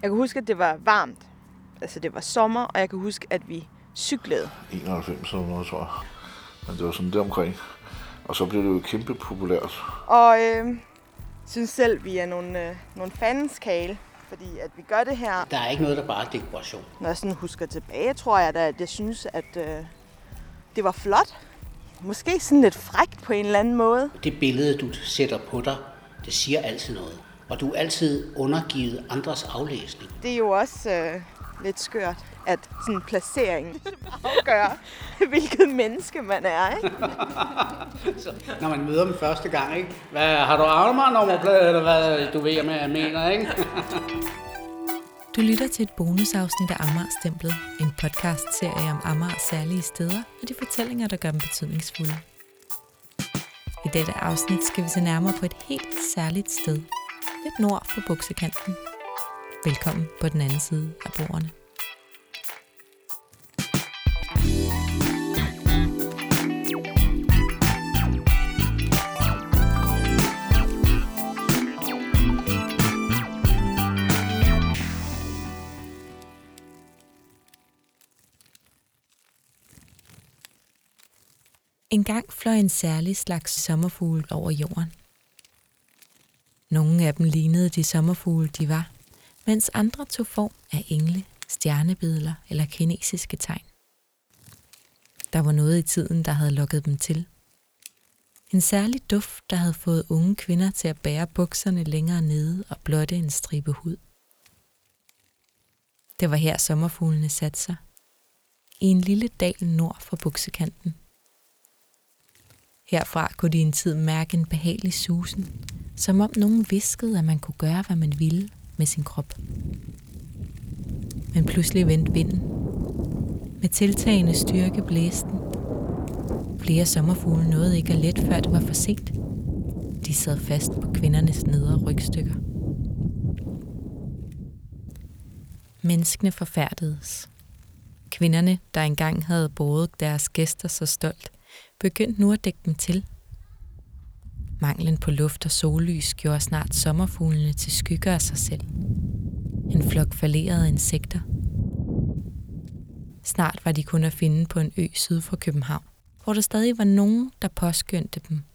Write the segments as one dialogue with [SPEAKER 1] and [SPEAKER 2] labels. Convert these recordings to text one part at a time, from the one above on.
[SPEAKER 1] Jeg kan huske, at det var varmt. Altså, det var sommer, og jeg kan huske, at vi cyklede.
[SPEAKER 2] 91 eller noget, tror jeg. Men det var sådan deromkring. Og så blev det jo kæmpe populært.
[SPEAKER 1] Og synes selv, vi er nogle fanskale, fordi at vi gør det her.
[SPEAKER 3] Der er ikke noget, der bare er dekoration.
[SPEAKER 1] Når jeg sådan husker tilbage, tror jeg da, at jeg synes, at det var flot. Måske sådan lidt frækt på en eller anden måde.
[SPEAKER 3] Det billede, du sætter på dig, det siger altid noget. Og du er altid undergivet andres aflæsning.
[SPEAKER 1] Det er jo også lidt skørt, at sådan en placering afgør, hvilket menneske man er, ikke?
[SPEAKER 3] Så, når man møder dem første gang, ikke? Har du Amager-nummerplade, eller hvad du ved, hvad jeg mener, ikke?
[SPEAKER 4] Du lytter til et bonusafsnit af Amager-stemplet, en podcast-serie om Amagers særlige steder og de fortællinger, der gør dem betydningsfulde. I dette afsnit skal vi se nærmere på et helt særligt sted, lidt nord for Buksekanten. Velkommen på den anden side af bordene. En gang fløj en særlig slags sommerfugle over jorden. Nogle af dem lignede de sommerfugle, de var, mens andre tog form af engle, stjernebidler eller kinesiske tegn. Der var noget i tiden, der havde lokket dem til. En særlig duft, der havde fået unge kvinder til at bære bukserne længere nede og blotte en stribe hud. Det var her sommerfuglene satte sig, i en lille dal nord for Buksekanten. Herfra kunne de en tid mærke en behagelig susen, som om nogen viskede, at man kunne gøre, hvad man ville med sin krop. Men pludselig vendte vinden. Med tiltagende styrke blæste den. Flere sommerfugle nåede ikke at lette, før det var for sent. De sad fast på kvindernes nedre rygstykker. Menneskene forfærdedes. Kvinderne, der engang havde båret deres gæster så stolt, begyndte nu at dække dem til. Manglen på luft og sollys gjorde snart sommerfuglene til skygger af sig selv. En flok fallerede insekter. Snart var de kun at finde på en ø syd for København, hvor der stadig var nogen, der påskyndte dem.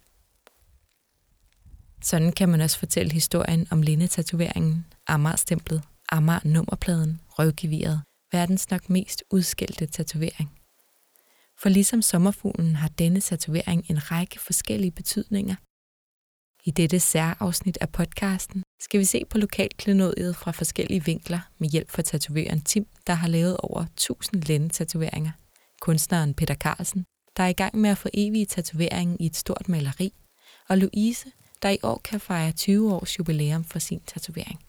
[SPEAKER 4] Sådan kan man også fortælle historien om lindetatoveringen, Amager-stemplet, Amager-nummerpladen, røvgeviret, verdens nok mest udskældte tatovering. For ligesom sommerfuglen har denne tatovering en række forskellige betydninger. I dette særafsnit af podcasten skal vi se på lokalklenodiet fra forskellige vinkler med hjælp fra tatovøren Tim, der har lavet over 1000 lændetatoveringer. Kunstneren Peter Carlsen, der er i gang med at få evig tatoveringen i et stort maleri. Og Louise, der i år kan fejre 20 års jubilæum for sin tatovering.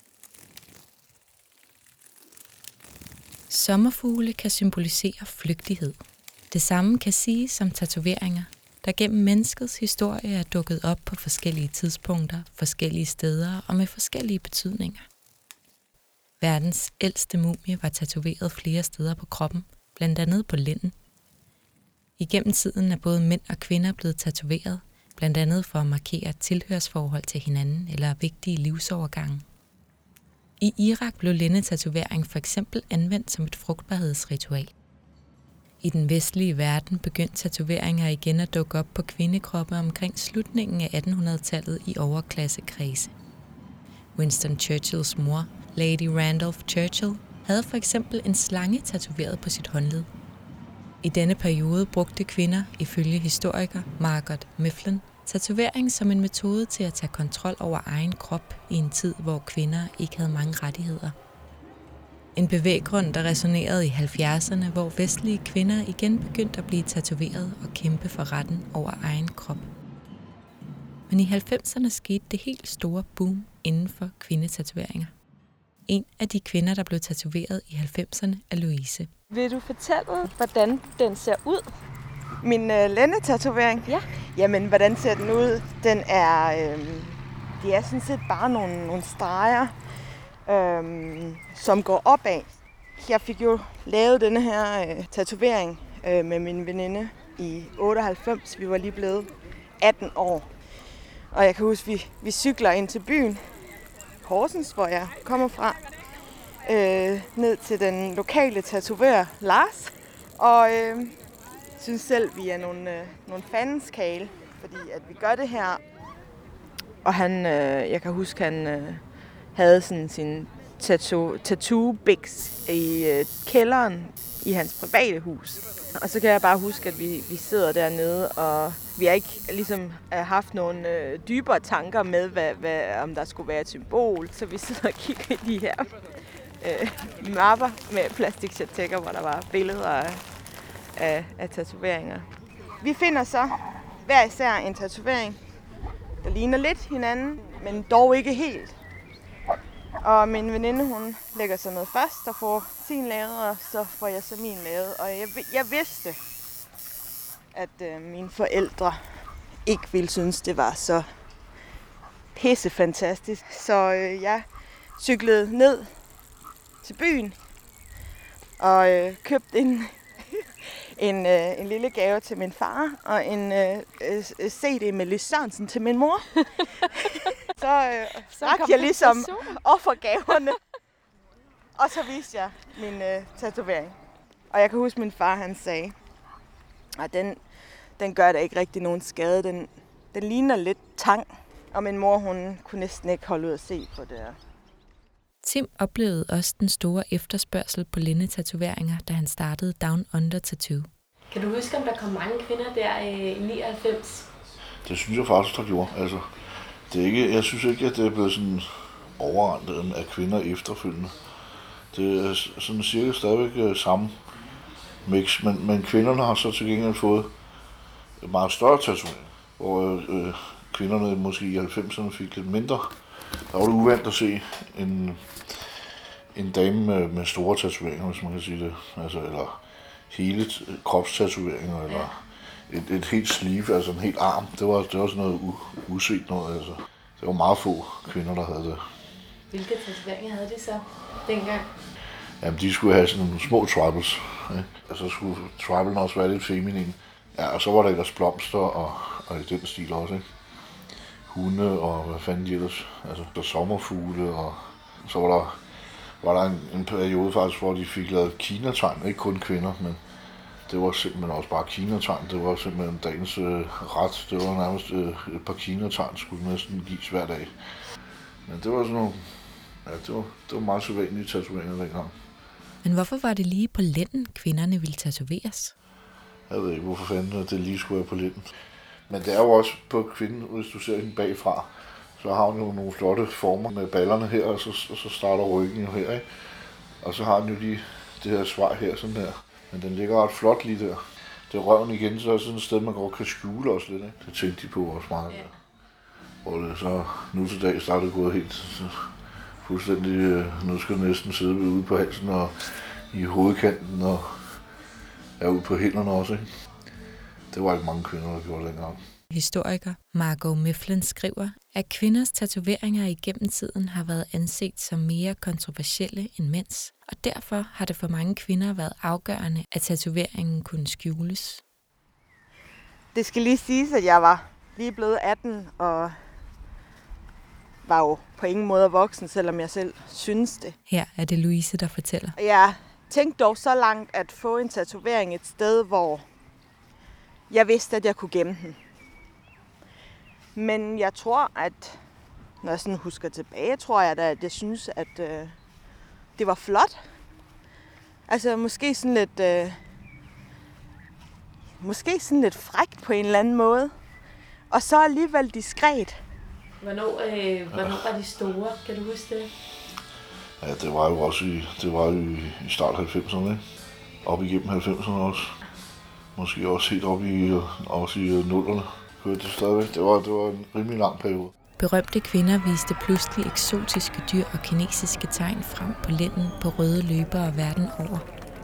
[SPEAKER 4] Sommerfugle kan symbolisere flygtighed. Det samme kan siges om tatoveringer, der gennem menneskets historie er dukket op på forskellige tidspunkter, forskellige steder og med forskellige betydninger. Verdens ældste mumie var tatoveret flere steder på kroppen, blandt andet på lænden. Igennem tiden er både mænd og kvinder blevet tatoveret, blandt andet for at markere tilhørsforhold til hinanden eller vigtige livsovergange. I Irak blev lændetatovering for eksempel anvendt som et frugtbarhedsritual. I den vestlige verden begyndte tatoveringer igen at dukke op på kvindekroppe omkring slutningen af 1800-tallet i overklassekredse. Winston Churchills mor, Lady Randolph Churchill, havde for eksempel en slange tatoveret på sit håndled. I denne periode brugte kvinder, ifølge historiker Margaret Mifflin, tatovering som en metode til at tage kontrol over egen krop i en tid, hvor kvinder ikke havde mange rettigheder. En bevæggrund, der resonerede i 70'erne, hvor vestlige kvinder igen begyndte at blive tatoveret og kæmpe for retten over egen krop. Men i 90'erne skete det helt store boom inden for kvindetatoveringer. En af de kvinder, der blev tatoveret i 90'erne, er Louise.
[SPEAKER 1] Vil du fortælle, hvordan den ser ud? Min lændetatovering?
[SPEAKER 4] Ja.
[SPEAKER 1] Jamen, hvordan ser den ud? Den er, det er sådan set bare nogle streger, som går opad. Jeg fik jo lavet denne her tatovering med min veninde i 98. Vi var lige blevet 18 år. Og jeg kan huske, vi cykler ind til byen, Horsens, hvor jeg kommer fra. ned til den lokale tatovør, Lars. Og synes selv, vi er nogle fandenskale, fordi at vi gør det her. Og han, jeg kan huske, han havde sådan sin tattoo-biks i kælderen i hans private hus. Og så kan jeg bare huske, at vi sidder dernede, og vi har ikke ligesom haft nogle dybere tanker med, om der skulle være et symbol. Så vi sidder og kigger i de her mapper med plastikchattekker, hvor der var billeder af tatoveringer. Vi finder så hver især en tatovering, der ligner lidt hinanden, men dog ikke helt. Og min veninde, hun lægger sig ned først og får sin lavet, og så får jeg så min lavet. Og jeg vidste, at mine forældre ikke ville synes, det var så pissefantastisk. Så jeg cyklede ned til byen og købte en lille gave til min far og en CD med Lis Sørensen til min mor. Så rakte jeg ligesom offergaverne. Og så viste jeg min tatovering. Og jeg kan huske, min far han sagde, at den gør da ikke rigtig nogen skade. Den ligner lidt tang. Og min mor, hun kunne næsten ikke holde ud at se på det.
[SPEAKER 4] Tim oplevede også den store efterspørgsel på linnetatoveringer, da han startede Down Under Tattoo.
[SPEAKER 5] Kan du huske, om der kom mange kvinder der i 99?
[SPEAKER 2] Det synes jeg faktisk, der gjorde. Altså, det er ikke, jeg synes ikke, at det er blevet sådan overrendt af kvinder efterfølgende. Det er sådan cirka stadigvæk samme mix, men kvinderne har så til gengæld fået et meget større tatovering, hvor kvinderne måske i 90'erne fik lidt mindre. Der var det uvandt at se en dame med store tatoveringer, hvis man kan sige det. Altså, eller hele kropstatoveringer, eller et helt sleeve, altså en helt arm. Det var sådan noget uset noget. Altså. Det var meget få kvinder, der havde det.
[SPEAKER 5] Hvilke tatoveringer havde de så dengang?
[SPEAKER 2] Jamen, de skulle have sådan nogle små tribals. Ikke? Altså, skulle tribalen også være lidt feminin. Ja, og så var der ellers blomster og i den stil også, ikke? Hunde og hvad fanden de ellers, altså der sommerfugle, og så var der en periode faktisk, hvor de fik lavet kinategn, ikke kun kvinder, men det var simpelthen også bare kinategn, det var simpelthen dagens ret, det var nærmest et par kinategn, skulle næsten gives hver dag. Men det var sådan nogle, ja, det var meget sædvanlige tatoveringer dengang.
[SPEAKER 4] Men hvorfor var det lige på lænden, kvinderne ville tatoveres?
[SPEAKER 2] Jeg ved ikke, hvorfor fanden det lige skulle være på lænden. Men det er jo også på kvinden, hvis du ser hende bagfra, så har hun jo nogle flotte former med ballerne her, og så starter ryggen jo her, ikke? Og så har hun jo det her svar her, sådan der. Men den ligger ret flot lige der. Det er røven igen, så er sådan et sted, man godt kan skjule også lidt, ikke? Det tænkte de på også meget der. Hvor det så nu til dag startede gået helt fuldstændig, nu skal det næsten sidde ude på halsen og i hovedkanten og er ude på hænderne også, ikke? Det var ikke mange kvinder, der gjorde det dengang.
[SPEAKER 4] Historiker Margot Mifflin skriver, at kvinders tatoveringer igennem tiden har været anset som mere kontroversielle end mænds, og derfor har det for mange kvinder været afgørende, at tatoveringen kunne skjules.
[SPEAKER 1] Det skal lige siges, at jeg var lige blevet 18 og var jo på ingen måde voksen, selvom jeg selv synes det.
[SPEAKER 4] Her er det Louise, der fortæller.
[SPEAKER 1] Jeg tænkte dog så langt at få en tatovering et sted, hvor jeg vidste, at jeg kunne gemme den. Men jeg tror, at når jeg sådan husker tilbage, tror jeg da, at jeg synes, at det var flot. Altså måske sådan lidt frækt på en eller anden måde. Og så alligevel diskret.
[SPEAKER 5] Hvornår var de store? Kan du huske det?
[SPEAKER 2] Ja, det var jo også i start 90'erne, ikke? Op igennem 90'erne også. Måske også helt op i 0'erne. Det stadigvæk. Det var en rimelig lang periode.
[SPEAKER 4] Berømte kvinder viste pludselig eksotiske dyr og kinesiske tegn frem på lænden på røde løbere verden over.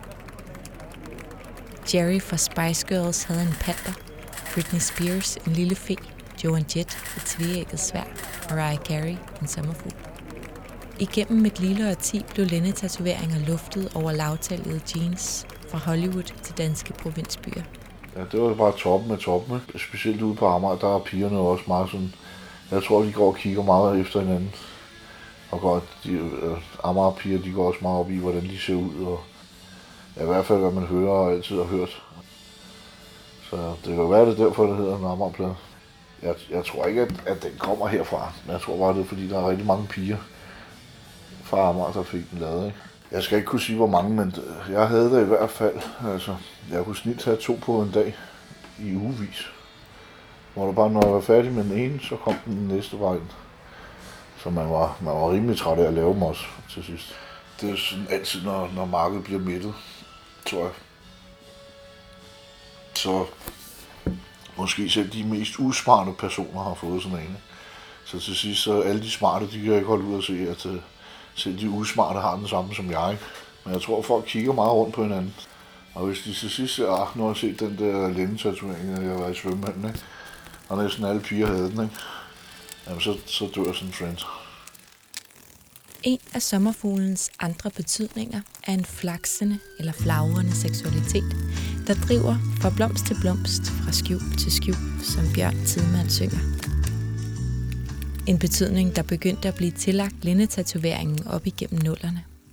[SPEAKER 4] Jerry fra Spice Girls havde en panter, Britney Spears en lille fe, Joan Jett et tveægget sværd, Mariah Carey en sommerfugl. Igennem et lille årti blev linnetatoveringer luftet over lavtallige jeans, fra Hollywood til danske provinsbyer.
[SPEAKER 2] Ja, det var bare toppen af toppen. Specielt ude på Amager, der er pigerne også meget sådan. Jeg tror, de går og kigger meget efter hinanden. Og godt, Amager-piger, de går også meget op i, hvordan de ser ud, og i hvert fald, hvad man hører og altid har hørt. Så det kan jo være, det derfor, det hedder en Amagerplade. Jeg tror ikke, at den kommer herfra. Jeg tror bare, det er, fordi der er rigtig mange piger fra Amager, der fik den lavet, ikke? Jeg skal ikke kunne sige, hvor mange, men jeg havde det i hvert fald. Altså, jeg kunne snit have 2 på en dag i ugevis. Hvor der bare, når jeg var færdig med den ene, så kom den næste vej ind. Så man var rimelig træt af at lave dem også til sidst. Det er sådan altid, når markedet bliver mættet, tror jeg. Så måske selv de mest usmarte personer har fået sådan en. Så til sidst, så alle de smarte, de kan ikke holde ud og se, at selv de usmarte har den samme som jeg. Men jeg tror, at folk kigger meget rundt på hinanden. Og hvis de til sidst siger, nu har jeg set den der lændetatovering, jeg var i svømmehallen, ikke? Og næsten alle piger havde den, ikke? Jamen, så dør sådan en trend.
[SPEAKER 4] En af sommerfuglens andre betydninger er en flaksende eller flagrende seksualitet, der driver fra blomst til blomst, fra skjul til skjul, som Bjørn Tidemand synger. En betydning, der begyndte at blive tillagt lindetatoveringen op igennem 00'erne.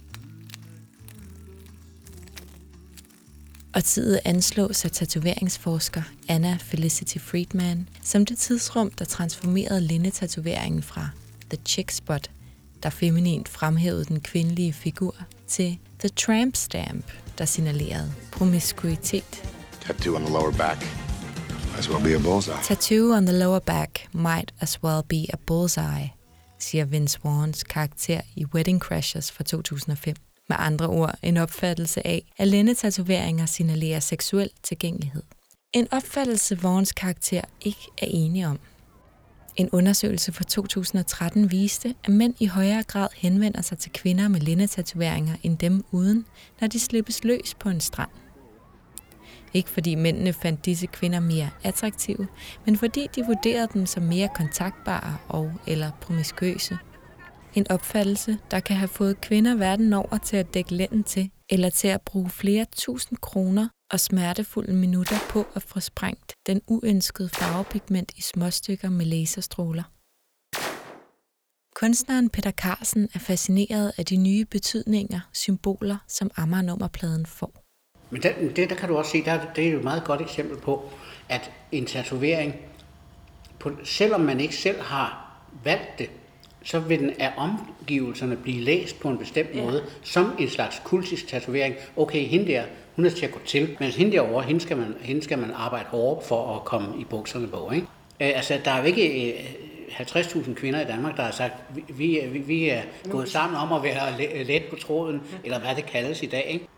[SPEAKER 4] Og tidet anslås af tatoveringsforsker Anna Felicity Friedman som det tidsrum, der transformerede lindetatoveringen fra The Chick Spot, der feminint fremhævede den kvindelige figur, til The Tramp Stamp, der signalerede promiskuitet.
[SPEAKER 6] Tattoo on the lower back. As well be a bullseye.
[SPEAKER 4] Tattoo on the lower back might as well be a bullseye, siger Vince Vaughns karakter i Wedding Crashers fra 2005. Med andre ord en opfattelse af, at lændetatoveringer signalerer seksuel tilgængelighed. En opfattelse, Vaughns karakter ikke er enig om. En undersøgelse fra 2013 viste, at mænd i højere grad henvender sig til kvinder med lændetatoveringer end dem uden, når de slippes løs på en strand. Ikke fordi mændene fandt disse kvinder mere attraktive, men fordi de vurderede dem som mere kontaktbare og eller promiskuøse. En opfattelse, der kan have fået kvinder verden over til at dække lænden til, eller til at bruge flere tusind kroner og smertefulde minutter på at få sprængt den uønskede farvepigment i småstykker med laserstråler. Kunstneren Peter Carlsen er fascineret af de nye betydninger, symboler, som Amager-nummerpladen får.
[SPEAKER 3] Men det der kan du også se, det er jo et meget godt eksempel på, at en tatovering, selvom man ikke selv har valgt det, så vil den af omgivelserne blive læst på en bestemt måde, som en slags kultisk tatovering. Okay, hende der, hun er til at gå til, mens hende derovre, hende skal man arbejde hårdt for at komme i bukserne på, ikke? Altså, der er jo ikke 50.000 kvinder i Danmark, der har sagt, vi er gået sammen om at være let på tråden, eller hvad det kaldes i dag, ikke?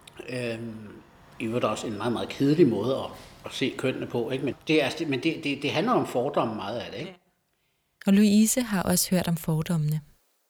[SPEAKER 3] I øvrigt også en meget, meget kedelig måde at se kønnene på, ikke? Men det handler om fordomme meget af det, ikke?
[SPEAKER 4] Og Louise har også hørt om fordommene.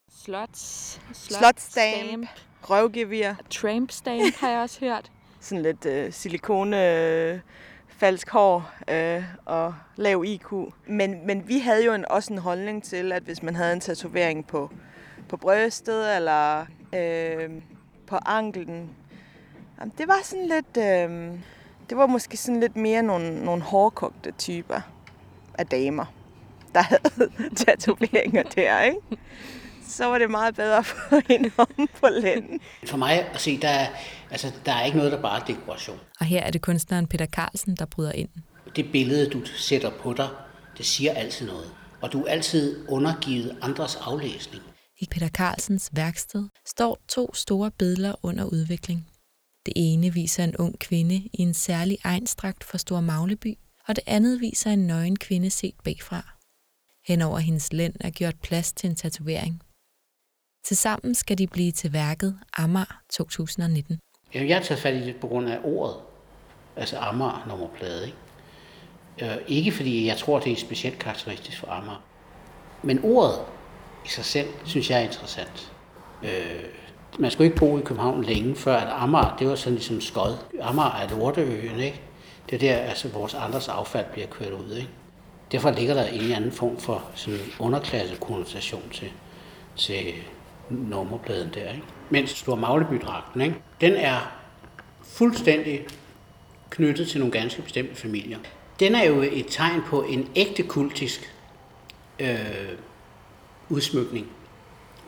[SPEAKER 1] Slotstamp, røvgevir,
[SPEAKER 7] Tramp stamp har jeg også hørt.
[SPEAKER 1] sådan lidt silikone, falsk hår og lav IQ. Men vi havde jo også en holdning til, at hvis man havde en tatovering på brystet eller på anklen, det var sådan lidt, det var måske sådan lidt mere nogle hårdkogte typer af damer, der havde tatoveringer der, ikke? Så var det meget bedre at få en om på lænden.
[SPEAKER 3] For mig at se, der er ikke noget, der bare er dekoration.
[SPEAKER 4] Og her er det kunstneren Peter Carlsen, der bryder ind.
[SPEAKER 3] Det billede, du sætter på dig, det siger altid noget. Og du er altid undergivet andres aflæsning.
[SPEAKER 4] I Peter Carlsens værksted står 2 store billeder under udvikling. Det ene viser en ung kvinde i en særlig egnsdragt fra Store Magleby, og det andet viser en nøgen kvinde set bagfra. Henover hendes lænd er gjort plads til en tatovering. Tilsammen skal de blive til værket Amager 2019.
[SPEAKER 3] Jeg har taget fat i det på grund af ordet, altså Amager nummerplade, ikke? Ikke fordi jeg tror, det er specielt karakteristisk for Amager. Men ordet i sig selv, synes jeg er interessant. Man skulle ikke bo i København længe, før at Amager, det var sådan ligesom skod. Amager er Lorteøen, ikke? Det er der, altså vores andres affald bliver kørt ud, ikke? Derfor ligger der en eller anden form for sådan underklassekonnotation til nummerpladen der, ikke? Mens Store Magleby-dragten, ikke? Den er fuldstændig knyttet til nogle ganske bestemte familier. Den er jo et tegn på en ægte kultisk udsmykning.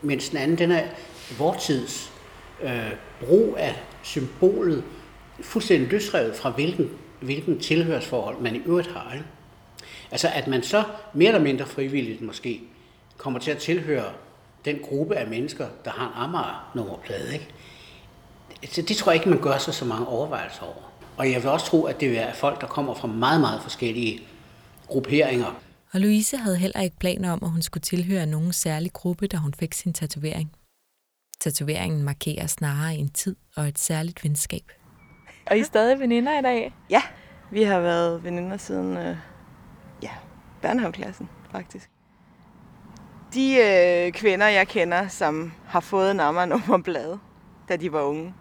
[SPEAKER 3] mens den anden, den er vores tids brug af symbolet fuldstændig løsrevet fra hvilken tilhørsforhold man i øvrigt har. Ikke? Altså at man så mere eller mindre frivilligt måske kommer til at tilhøre den gruppe af mennesker, der har en Amager-nummerplade. Ikke? Det tror jeg ikke, man gør sig så mange overvejelser over. Og jeg vil også tro, at det er folk, der kommer fra meget, meget forskellige grupperinger.
[SPEAKER 4] Og Louise havde heller ikke planer om, at hun skulle tilhøre nogen særlig gruppe, da hun fik sin tatovering. Tatoveringen markerer snarere en tid og et særligt venskab.
[SPEAKER 7] Og I er stadig veninder i dag?
[SPEAKER 1] Ja, vi har været veninder siden børnehaveklassen, faktisk. De kvinder, jeg kender, som har fået en Amager-nummerplade, da de var unge,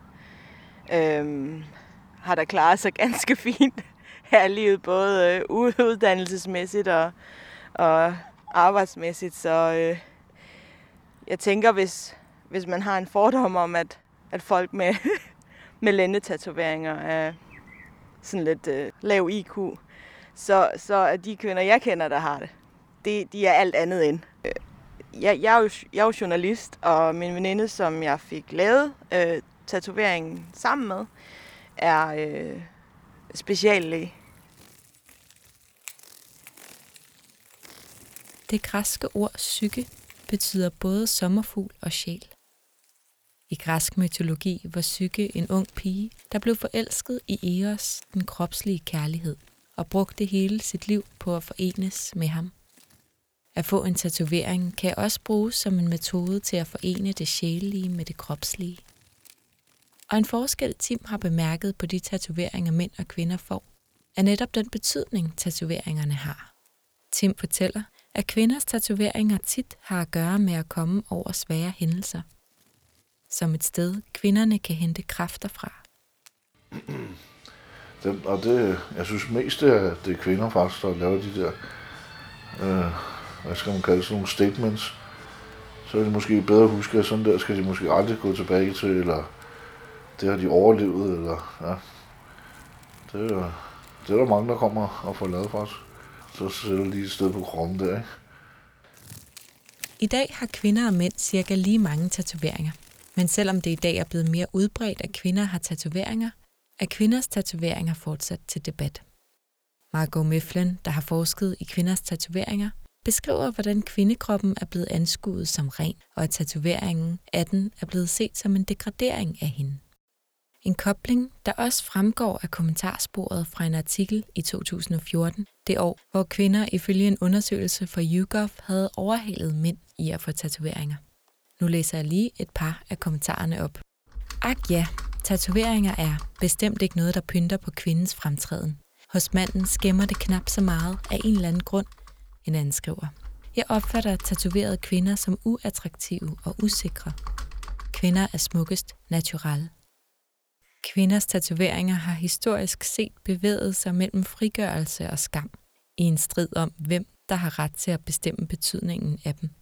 [SPEAKER 1] har da klaret sig ganske fint her i livet, både uddannelsesmæssigt og arbejdsmæssigt. Så jeg tænker, hvis man har en fordom om, at folk med lændetatoveringer er sådan lidt lav IQ, så er de kvinder, jeg kender, der har det, de er alt andet end. Jeg er jo journalist, og min veninde, som jeg fik lavet tatoveringen sammen med, er speciallæge.
[SPEAKER 4] Det græske ord psyke betyder både sommerfugl og sjæl. I græsk mytologi var Psyke en ung pige, der blev forelsket i Eros, den kropslige kærlighed, og brugte hele sit liv på at forenes med ham. At få en tatovering kan også bruges som en metode til at forene det sjælelige med det kropslige. Og en forskel, Tim har bemærket på de tatoveringer, mænd og kvinder får, er netop den betydning, tatoveringerne har. Tim fortæller, at kvinders tatoveringer tit har at gøre med at komme over svære hændelser. Som et sted, kvinderne kan hente kræfter fra.
[SPEAKER 2] Jeg synes mest, at det er kvinder faktisk, der laver de der, hvad skal man kalde sådan nogle statements. Så er det måske bedre at huske, at sådan der skal de måske aldrig gå tilbage til, eller det har de overlevet, eller ja. Det er der mange, der kommer og får lavet faktisk. Så sætter lige et sted på kroppen der, ikke?
[SPEAKER 4] I dag har kvinder og mænd cirka lige mange tatoveringer. Men selvom det i dag er blevet mere udbredt, at kvinder har tatoveringer, er kvinders tatoveringer fortsat til debat. Margot Mifflin, der har forsket i kvinders tatoveringer, beskriver, hvordan kvindekroppen er blevet anskuet som ren, og at tatoveringen af den er blevet set som en degradering af hende. En kobling, der også fremgår af kommentarsporet fra en artikel i 2014, det år, hvor kvinder ifølge en undersøgelse fra YouGov havde overhalet mænd i at få tatoveringer. Nu læser jeg lige et par af kommentarerne op. Ak ja, tatoveringer er bestemt ikke noget, der pynter på kvindens fremtræden. Hos manden skæmmer det knap så meget af en eller anden grund, en anden skriver. Jeg opfatter tatoverede kvinder som uattraktive og usikre. Kvinder er smukkest naturelle. Kvinders tatoveringer har historisk set bevæget sig mellem frigørelse og skam, i en strid om, hvem der har ret til at bestemme betydningen af dem.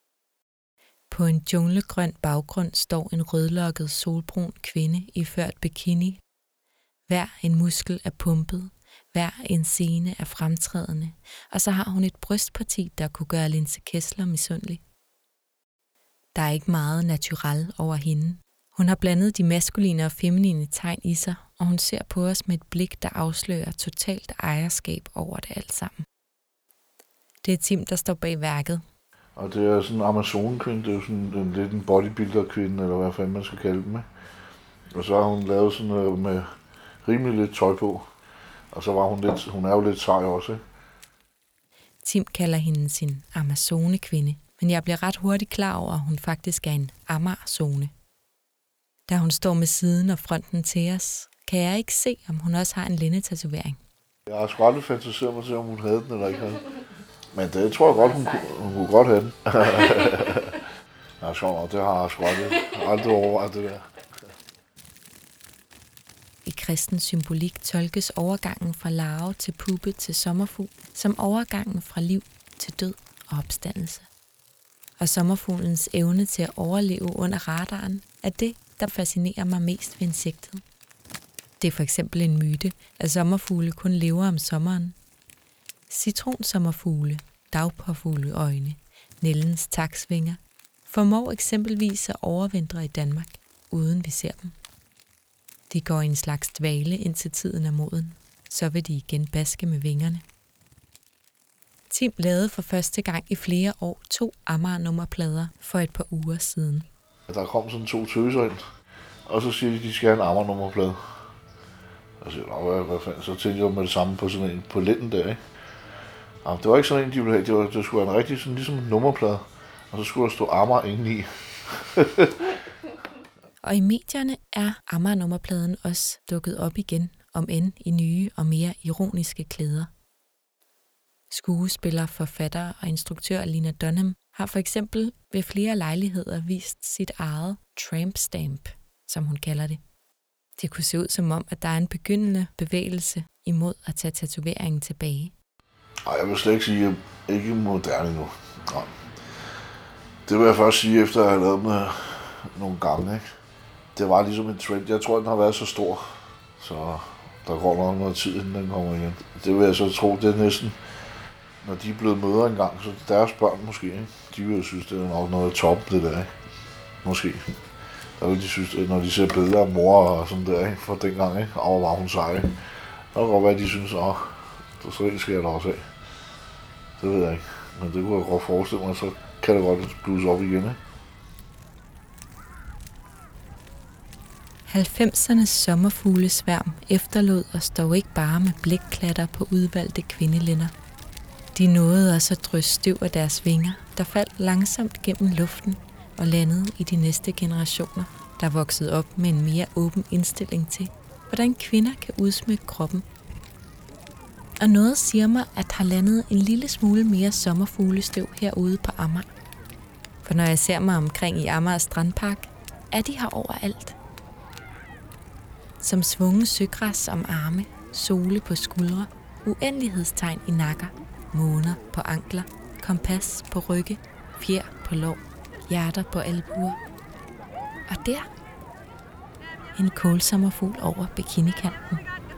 [SPEAKER 4] På en junglegrøn baggrund står en rødlokket solbrun kvinde iført bikini. Hver en muskel er pumpet, hver en scene er fremtrædende, og så har hun et brystparti, der kunne gøre Linse Kessler misundelig. Der er ikke meget naturel over hende. Hun har blandet de maskuline og feminine tegn i sig, og hun ser på os med et blik, der afslører totalt ejerskab over det alt sammen. Det er Tim, der står bag værket.
[SPEAKER 2] Og det er sådan en Amazon-kvinde, det er jo sådan lidt en bodybuilder-kvinde, eller hvad fanden man skal kalde dem. Og så har hun lavet sådan noget med rimelig lidt tøj på. Og så var hun er jo lidt sej også.
[SPEAKER 4] Tim kalder hende sin Amazone-kvinde, men jeg bliver ret hurtigt klar over, at hun faktisk er en Amager-zone. Da hun står med siden og fronten til os, kan jeg ikke se, om hun også har en lændetatovering.
[SPEAKER 2] Jeg har sgu aldrig fantaseret mig til, om hun havde den eller ikke havde. Men det tror jeg godt, hun kunne godt have den. Ja, sjovt, det har jeg sgu aldrig overvejet det der.
[SPEAKER 4] I kristen symbolik tolkes overgangen fra larve til puppe til sommerfugl som overgangen fra liv til død og opstandelse. Og sommerfuglens evne til at overleve under radaren er det, der fascinerer mig mest ved insektet. Det er for eksempel en myte, at sommerfugle kun lever om sommeren. Citronsommerfugle, dagpåfugleøjne, nældens taksvinger, formår eksempelvis at overvintre i Danmark, uden vi ser dem. De går i en slags dvale indtil tiden er moden. Så vil de igen baske med vingerne. Tim lavede for første gang i flere år 2 Amager-nummerplader for et par uger siden.
[SPEAKER 2] Der kom sådan 2 tøser ind, og så siger de skal have en Amager-nummerplade. Og så siger hvad fanden, så tænkte jeg med det samme på sådan en på Linden der, ikke? Ja, det var ikke sådan en, de ville have. Det skulle være en rigtig sådan ligesom en nummerplade, og så skulle der stå Amager indeni.
[SPEAKER 4] Og i medierne er Amager-nummerpladen også dukket op igen, om end i nye og mere ironiske klæder. Skuespiller, forfatter og instruktør Lena Dunham har for eksempel ved flere lejligheder vist sit eget tramp stamp, som hun kalder det. Det kunne se ud som om, at der er en begyndende bevægelse imod at tage tatoveringen tilbage.
[SPEAKER 2] Nej, jeg vil slet ikke sige, at jeg ikke er moderne endnu. Nej. Det vil jeg først sige, efter at have lavet med nogle gange, ikke? Det var ligesom en trend. Jeg tror, den har været så stor, så der går nok noget tid, inden den kommer igen. Det vil jeg så tro, det er næsten, når de er blevet mødre engang, så deres børn måske, ikke? De vil jo synes, det er nok noget af top, det der, ikke? Måske. Der vil de synes, at når de ser billeder af mor og sådan der, ikke? Fra dengang, ikke? Og var hun sej, ikke? Der kan godt være, at de synes, så skal jeg da også af. Det ved jeg ikke. Men det kunne jeg godt forestille mig, så kan det godt blusse op igen, ikke?
[SPEAKER 4] 90'ernes sommerfuglesværm efterlod os dog ikke bare med blikklatter på udvalgte kvindelænder. De nåede også at drysse støv af deres vinger, der faldt langsomt gennem luften og landede i de næste generationer, der voksede op med en mere åben indstilling til, hvordan kvinder kan udsmykke kroppen. Og noget siger mig, at har landet en lille smule mere sommerfuglestøv herude på Amager. For når jeg ser mig omkring i Amager Strandpark, er de her overalt. Som svunget søgræs om arme, sole på skuldre, uendelighedstegn i nakker, måner på ankler, kompas på rygge, fjer på lår, hjerter på albuer. Og der, en kålsommerfugl over bikinikanten.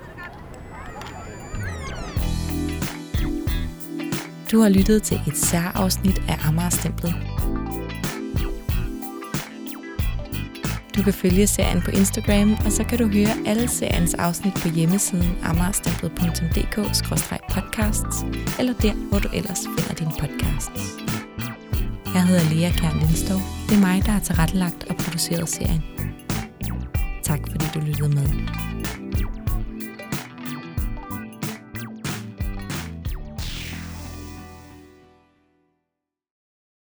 [SPEAKER 4] Du har lyttet til et særafsnit af Amager-stemplet. Du kan følge serien på Instagram, og så kan du høre alle seriens afsnit på hjemmesiden amagerstemplet.dk/podcasts, eller der, hvor du ellers finder dine podcasts. Jeg hedder Lea Kjær Lindskov. Det er mig, der har tilrettelagt og produceret serien. Tak fordi du lyttede med.